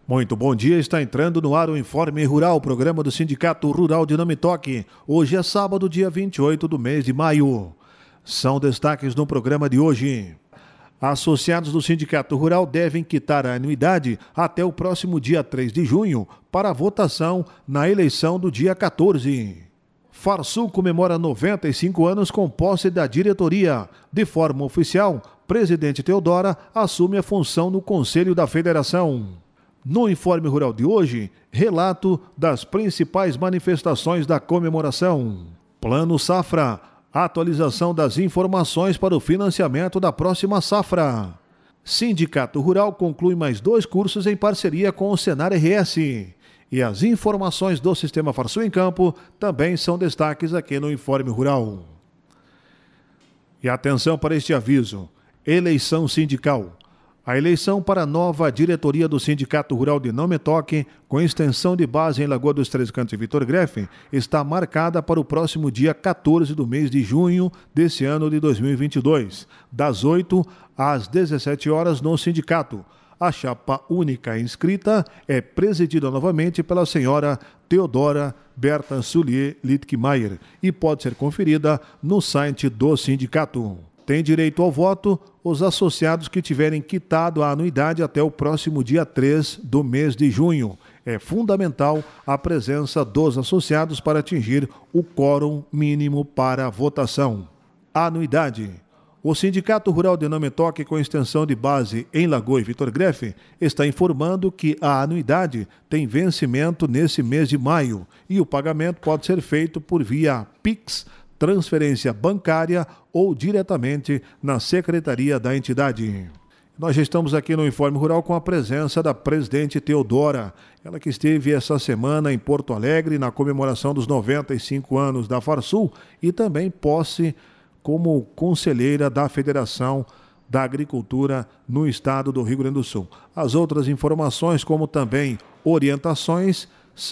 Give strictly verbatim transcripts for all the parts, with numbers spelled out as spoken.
Muito bom dia, está entrando no ar o Informe Rural, programa do Sindicato Rural de Nome Toque. Hoje é sábado, dia vinte e oito do mês de maio. São destaques no programa de hoje. Associados do Sindicato Rural devem quitar a anuidade até o próximo dia três de junho para a votação na eleição do dia quatorze. Farsul comemora noventa e cinco anos com posse da diretoria. De forma oficial, presidente Teodora assume a função no Conselho da Federação. No Informe Rural de hoje, relato das principais manifestações da comemoração. Plano Safra, atualização das informações para o financiamento da próxima safra. Sindicato Rural conclui mais dois cursos em parceria com o Senar R S. E as informações do Sistema Farsul em Campo também são destaques aqui no Informe Rural. E atenção para este aviso: eleição sindical. A eleição para a nova diretoria do Sindicato Rural de Nome Toque, com extensão de base em Lagoa dos Três Cantos e Vitor Greff, está marcada para o próximo dia quatorze do mês de junho desse ano de dois mil e vinte e dois, das oito às dezessete horas no sindicato. A chapa única inscrita é presidida novamente pela senhora Teodora Berta Sullier Littkemeyer e pode ser conferida no site do sindicato. Tem direito ao voto os associados que tiverem quitado a anuidade até o próximo dia três do mês de junho. É fundamental a presença dos associados para atingir o quórum mínimo para a votação. Anuidade. O Sindicato Rural de Nome Toque, com extensão de base em Lagoa e Vitor Greff, está informando que a anuidade tem vencimento nesse mês de maio e o pagamento pode ser feito por via Pix, transferência bancária ou diretamente na secretaria da entidade. Nós já estamos aqui no Informe Rural com a presença da presidente Teodora, ela que esteve essa semana em Porto Alegre na comemoração dos noventa e cinco anos da Farsul e também posse como conselheira da Federação da Agricultura no estado do Rio Grande do Sul. As outras informações, como também orientações,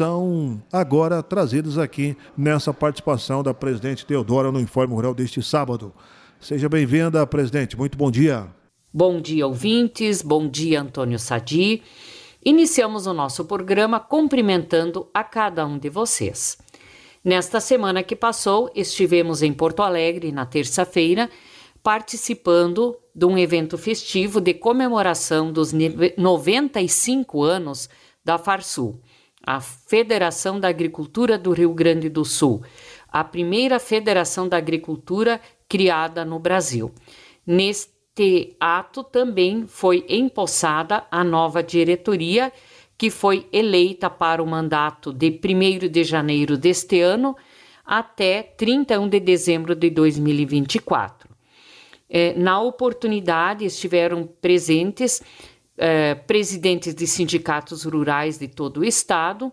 são agora trazidos aqui nessa participação da presidente Teodora no Informe Rural deste sábado. Seja bem-vinda, presidente. Muito bom dia. Bom dia, ouvintes. Bom dia, Antônio Sadi. Iniciamos o nosso programa cumprimentando a cada um de vocês. Nesta semana que passou, estivemos em Porto Alegre, na terça-feira, participando de um evento festivo de comemoração dos noventa e cinco anos da Farsul, a Federação da Agricultura do Rio Grande do Sul, a primeira federação da agricultura criada no Brasil. Neste ato também foi empossada a nova diretoria, que foi eleita para o mandato de primeiro de janeiro deste ano até trinta e um de dezembro de dois mil e vinte e quatro. É, na oportunidade estiveram presentes É, presidentes de sindicatos rurais de todo o estado,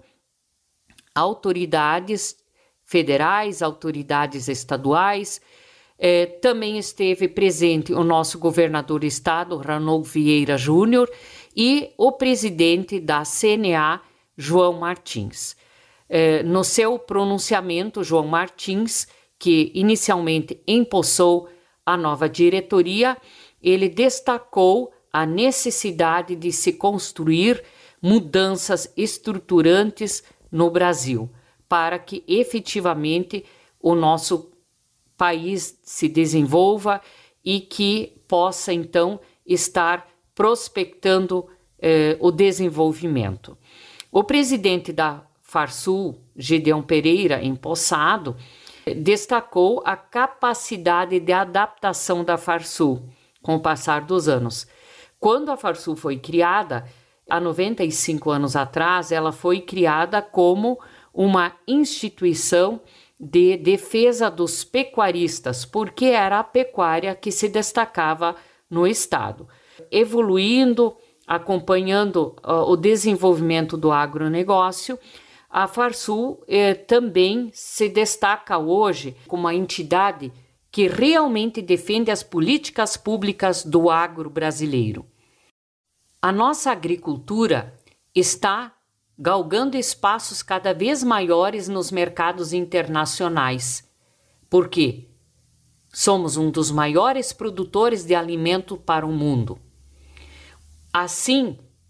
autoridades federais, autoridades estaduais, é, também esteve presente o nosso governador do estado, Ranolfo Vieira Júnior, e o presidente da C N A, João Martins. É, no seu pronunciamento, João Martins, que inicialmente empossou a nova diretoria, ele destacou a necessidade de se construir mudanças estruturantes no Brasil, para que efetivamente o nosso país se desenvolva e que possa, então, estar prospectando eh, o desenvolvimento. O presidente da Farsul, Gedeão Pereira, empossado, destacou a capacidade de adaptação da Farsul com o passar dos anos. Quando a Farsul foi criada, há noventa e cinco anos atrás, ela foi criada como uma instituição de defesa dos pecuaristas, porque era a pecuária que se destacava no estado. Evoluindo, acompanhando uh, o desenvolvimento do agronegócio, a Farsul eh, também se destaca hoje como uma entidade que realmente defende as políticas públicas do agro brasileiro. A nossa agricultura está galgando espaços cada vez maiores nos mercados internacionais. Por quê? Somos um dos maiores produtores de alimento para o mundo. Assim,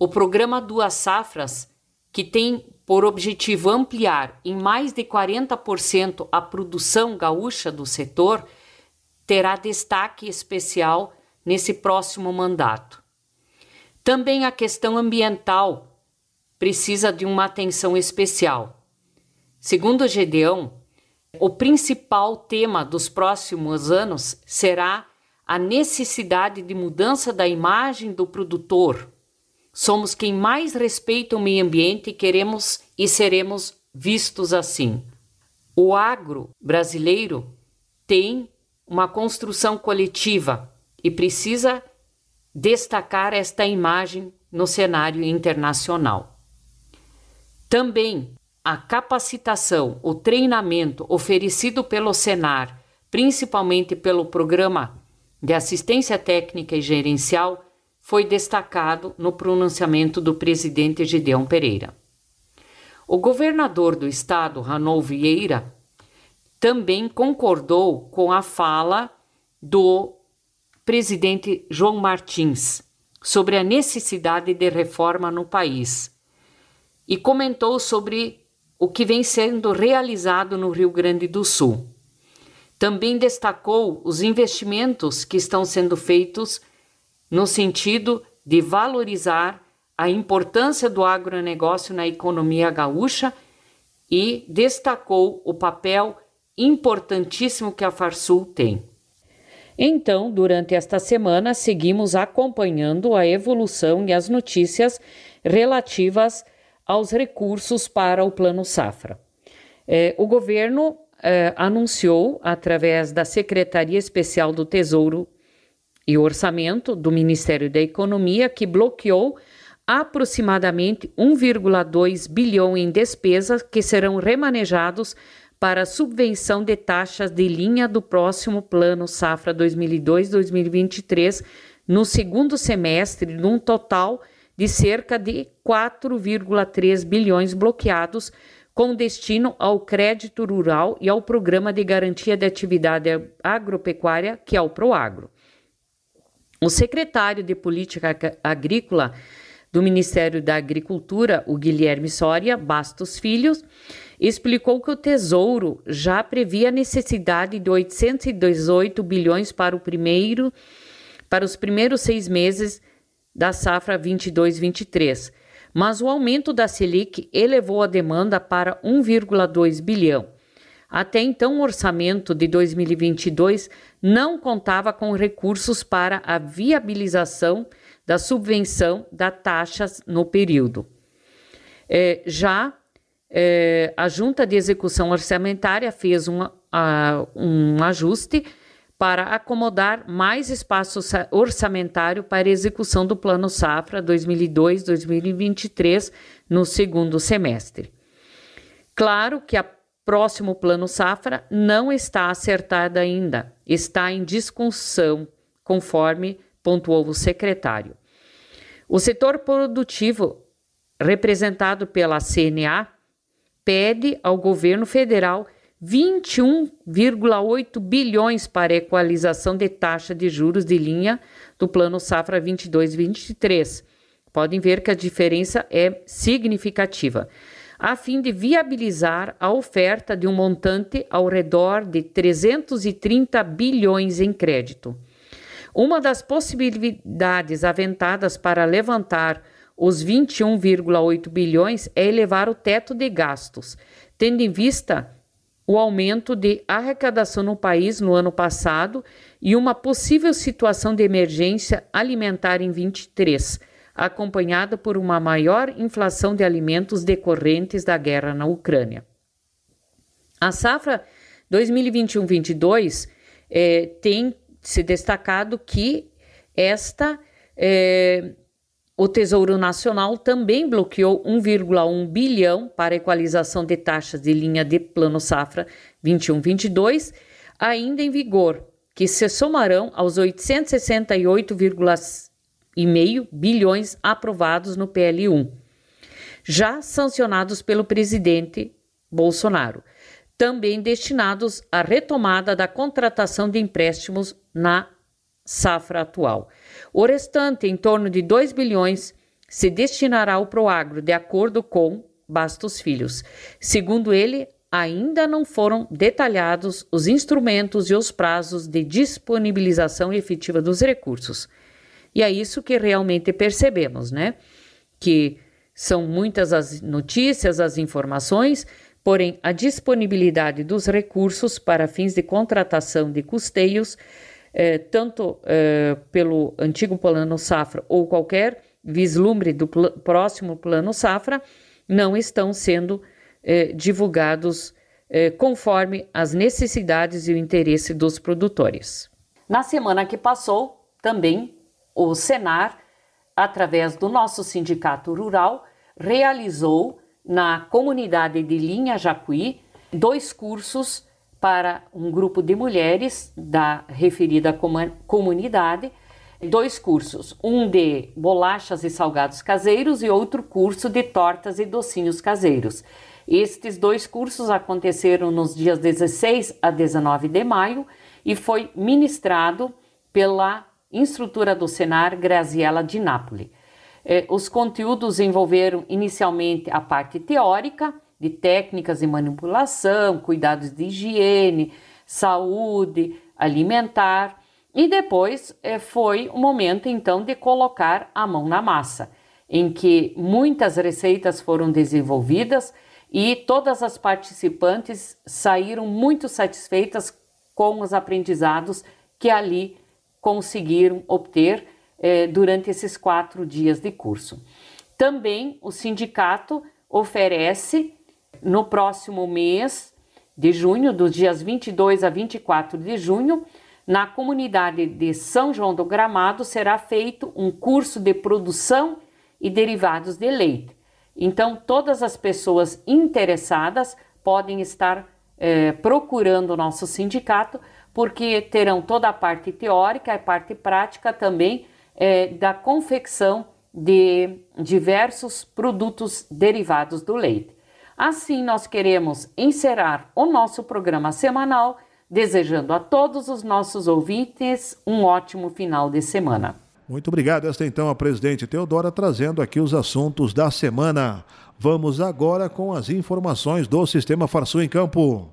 o programa Duas Safras, que tem por objetivo ampliar em mais de quarenta por cento a produção gaúcha do setor, terá destaque especial nesse próximo mandato. Também a questão ambiental precisa de uma atenção especial. Segundo o Gedeão, o principal tema dos próximos anos será a necessidade de mudança da imagem do produtor. Somos quem mais respeita o meio ambiente e queremos e seremos vistos assim. O agro brasileiro tem uma construção coletiva e precisa destacar esta imagem no cenário internacional. Também a capacitação, o treinamento oferecido pelo Senar, principalmente pelo Programa de Assistência Técnica e Gerencial, foi destacado no pronunciamento do presidente Gedeão Pereira. O governador do estado, Ranolfo Vieira, também concordou com a fala do presidente João Martins sobre a necessidade de reforma no país e comentou sobre o que vem sendo realizado no Rio Grande do Sul. Também destacou os investimentos que estão sendo feitos no sentido de valorizar a importância do agronegócio na economia gaúcha e destacou o papel importantíssimo que a Farsul tem. Então, durante esta semana, seguimos acompanhando a evolução e as notícias relativas aos recursos para o Plano Safra. É, o governo é, anunciou, através da Secretaria Especial do Tesouro e Orçamento do Ministério da Economia, que bloqueou aproximadamente um vírgula dois bilhão em despesas que serão remanejados para subvenção de taxas de linha do próximo Plano Safra dois mil e dois a dois mil e vinte e três no segundo semestre, num total de cerca de quatro vírgula três bilhões bloqueados, com destino ao crédito rural e ao Programa de Garantia de Atividade Agropecuária, que é o PROAGRO. O secretário de Política Agrícola do Ministério da Agricultura, o Guilherme Soria Bastos Filho, explicou que o Tesouro já previa a necessidade de oitocentos e dezoito bilhões para, o primeiro, para os primeiros seis meses da safra vinte e dois vinte e três, mas o aumento da Selic elevou a demanda para um vírgula dois bilhão. Até então, o orçamento de dois mil e vinte e dois não contava com recursos para a viabilização da subvenção das taxas no período. É, já é, a Junta de Execução Orçamentária fez um, a, um ajuste para acomodar mais espaço orçamentário para a execução do Plano Safra dois mil e dois a dois mil e vinte e três no segundo semestre. Claro que o próximo Plano Safra não está acertado ainda, está em discussão, conforme pontuou o secretário. O setor produtivo, representado pela C N A, pede ao governo federal vinte e um vírgula oito bilhões para a equalização de taxa de juros de linha do Plano Safra vinte e dois vinte e três. Podem ver que a diferença é significativa, a fim de viabilizar a oferta de um montante ao redor de trezentos e trinta bilhões em crédito. Uma das possibilidades aventadas para levantar os vinte e um vírgula oito bilhões é elevar o teto de gastos, tendo em vista o aumento de arrecadação no país no ano passado e uma possível situação de emergência alimentar em vinte e três, acompanhada por uma maior inflação de alimentos decorrentes da guerra na Ucrânia. A safra dois mil e vinte e um vinte e dois eh, tem se destacado que esta, eh, o Tesouro Nacional também bloqueou um vírgula um bilhão para a equalização de taxas de linha de Plano Safra vinte e um vinte e dois, ainda em vigor, que se somarão aos oitocentos e sessenta e oito vírgula cinco bilhões aprovados no P L um, já sancionados pelo presidente Bolsonaro, também destinados à retomada da contratação de empréstimos na safra atual. O restante, em torno de dois bilhões, se destinará ao Proagro de acordo com Bastos Filhos. Segundo ele, ainda não foram detalhados os instrumentos e os prazos de disponibilização efetiva dos recursos. E é isso que realmente percebemos, né? Que são muitas as notícias, as informações, porém a disponibilidade dos recursos para fins de contratação de custeios, eh, tanto eh, pelo antigo Plano Safra ou qualquer vislumbre do pl- próximo Plano Safra, não estão sendo eh, divulgados eh, conforme as necessidades e o interesse dos produtores. Na semana que passou, também o Senar, através do nosso Sindicato Rural, realizou na comunidade de Linha Jacuí dois cursos para um grupo de mulheres da referida com- comunidade, dois cursos, um de bolachas e salgados caseiros e outro curso de tortas e docinhos caseiros. Estes dois cursos aconteceram nos dias dezesseis a dezenove de maio e foi ministrado pela instrutora do Senar, Graziela Di Napoli. Eh, os conteúdos envolveram inicialmente a parte teórica, de técnicas de manipulação, cuidados de higiene, saúde alimentar, e depois eh, foi o momento então de colocar a mão na massa, em que muitas receitas foram desenvolvidas e todas as participantes saíram muito satisfeitas com os aprendizados que ali conseguiram obter eh, durante esses quatro dias de curso. Também o sindicato oferece no próximo mês de junho, dos dias vinte e dois a vinte e quatro de junho, na comunidade de São João do Gramado será feito um curso de produção e derivados de leite. Então, todas as pessoas interessadas podem estar eh, procurando o nosso sindicato, porque terão toda a parte teórica e a parte prática também eh, da confecção de diversos produtos derivados do leite. Assim, nós queremos encerrar o nosso programa semanal, desejando a todos os nossos ouvintes um ótimo final de semana. Muito obrigado. Esta então a presidente Teodora trazendo aqui os assuntos da semana. Vamos agora com as informações do Sistema Farsul em Campo.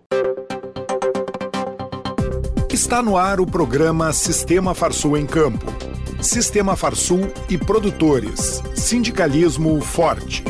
Está no ar o programa Sistema Farsul em Campo. Sistema Farsul e produtores. Sindicalismo forte.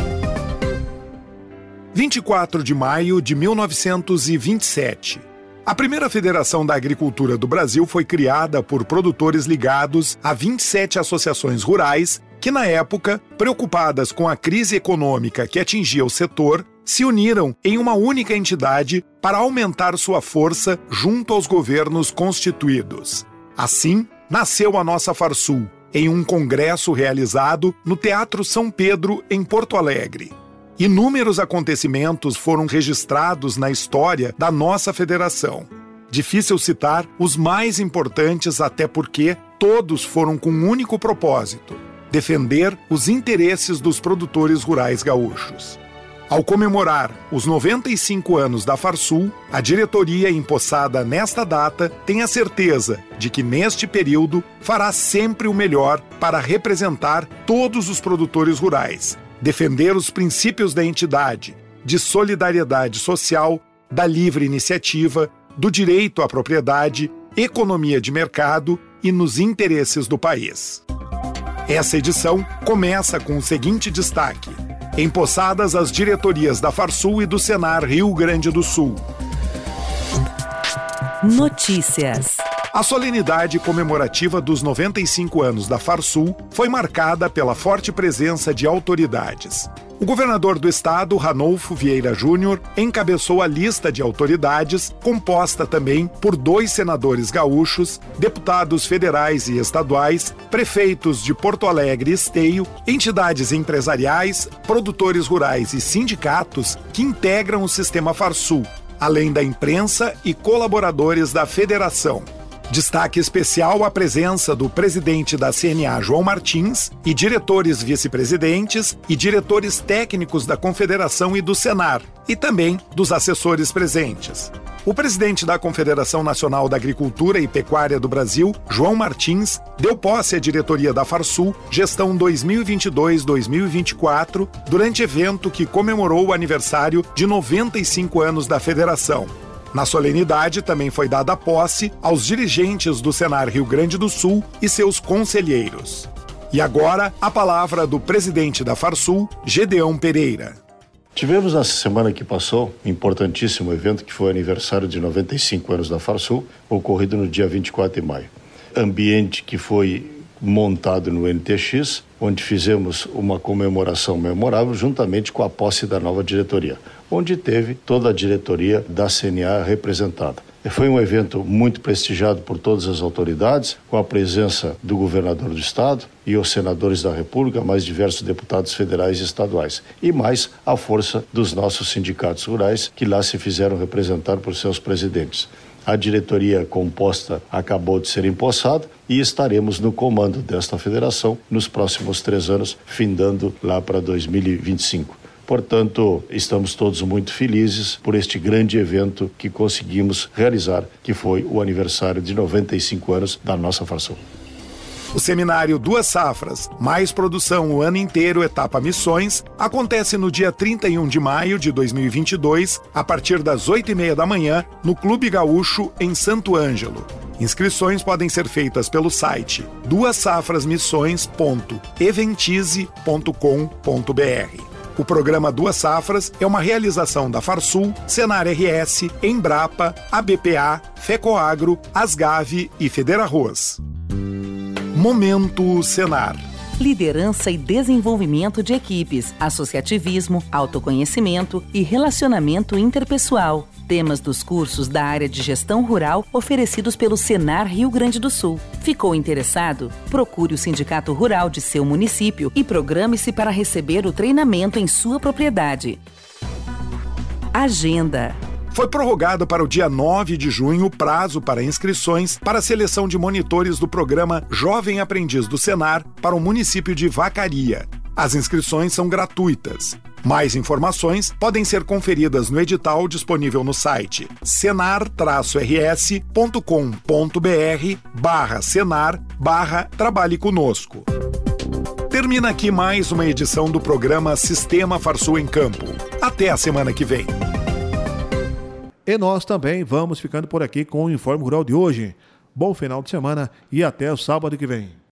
vinte e quatro de maio de mil novecentos e vinte e sete. A primeira Federação da Agricultura do Brasil foi criada por produtores ligados a vinte e sete associações rurais que, na época, preocupadas com a crise econômica que atingia o setor, se uniram em uma única entidade para aumentar sua força junto aos governos constituídos. Assim, nasceu a nossa Farsul, em um congresso realizado no Teatro São Pedro, em Porto Alegre. Inúmeros acontecimentos foram registrados na história da nossa federação. Difícil citar os mais importantes, até porque todos foram com um único propósito: defender os interesses dos produtores rurais gaúchos. Ao comemorar os noventa e cinco anos da Farsul, a diretoria empossada nesta data tem a certeza de que neste período fará sempre o melhor para representar todos os produtores rurais, defender os princípios da entidade, de solidariedade social, da livre iniciativa, do direito à propriedade, economia de mercado e nos interesses do país. Essa edição começa com o seguinte destaque: empossadas as diretorias da Farsul e do Senar Rio Grande do Sul. Notícias. A solenidade comemorativa dos noventa e cinco anos da Farsul foi marcada pela forte presença de autoridades. O governador do estado, Ranolfo Vieira Júnior, encabeçou a lista de autoridades, composta também por dois senadores gaúchos, deputados federais e estaduais, prefeitos de Porto Alegre e Esteio, entidades empresariais, produtores rurais e sindicatos que integram o sistema Farsul, além da imprensa e colaboradores da federação. Destaque especial à presença do presidente da C N A, João Martins, e diretores vice-presidentes e diretores técnicos da Confederação e do Senar, e também dos assessores presentes. O presidente da Confederação Nacional da Agricultura e Pecuária do Brasil, João Martins, deu posse à diretoria da Farsul, gestão dois mil e vinte e dois a dois mil e vinte e quatro, durante evento que comemorou o aniversário de noventa e cinco anos da federação. Na solenidade também foi dada posse aos dirigentes do Senar Rio Grande do Sul e seus conselheiros. E agora, a palavra do presidente da Farsul, Gedeão Pereira. Tivemos nessa semana que passou um importantíssimo evento que foi o aniversário de noventa e cinco anos da Farsul, ocorrido no dia vinte e quatro de maio. Ambiente que foi montado no N T X, onde fizemos uma comemoração memorável juntamente com a posse da nova diretoria, onde teve toda a diretoria da C N A representada. Foi um evento muito prestigiado por todas as autoridades, com a presença do governador do estado e os senadores da República, mais diversos deputados federais e estaduais, e mais a força dos nossos sindicatos rurais, que lá se fizeram representar por seus presidentes. A diretoria composta acabou de ser empossada e estaremos no comando desta federação nos próximos três anos, findando lá para dois mil e vinte e cinco. Portanto, estamos todos muito felizes por este grande evento que conseguimos realizar, que foi o aniversário de noventa e cinco anos da nossa Farsul. O seminário Duas Safras, mais produção o ano inteiro, etapa Missões, acontece no dia trinta e um de maio de dois mil e vinte e dois, a partir das oito e meia da manhã, no Clube Gaúcho, em Santo Ângelo. Inscrições podem ser feitas pelo site duas safras missões ponto eventize ponto com ponto br. O programa Duas Safras é uma realização da Farsul, Senar R S, Embrapa, A B P A, Fecoagro, Asgave e Federarroz. Momento Senar. Liderança e desenvolvimento de equipes, associativismo, autoconhecimento e relacionamento interpessoal. Temas dos cursos da área de gestão rural oferecidos pelo Senar Rio Grande do Sul. Ficou interessado? Procure o Sindicato Rural de seu município e programe-se para receber o treinamento em sua propriedade. Agenda. Foi prorrogado para o dia nove de junho o prazo para inscrições para a seleção de monitores do programa Jovem Aprendiz do Senar para o município de Vacaria. As inscrições são gratuitas. Mais informações podem ser conferidas no edital disponível no site senar R S ponto com ponto br barra senar barra trabalhe conosco. Termina aqui mais uma edição do programa Sistema Farsul em Campo. Até a semana que vem. E nós também vamos ficando por aqui com o Informe Rural de hoje. Bom final de semana e até o sábado que vem.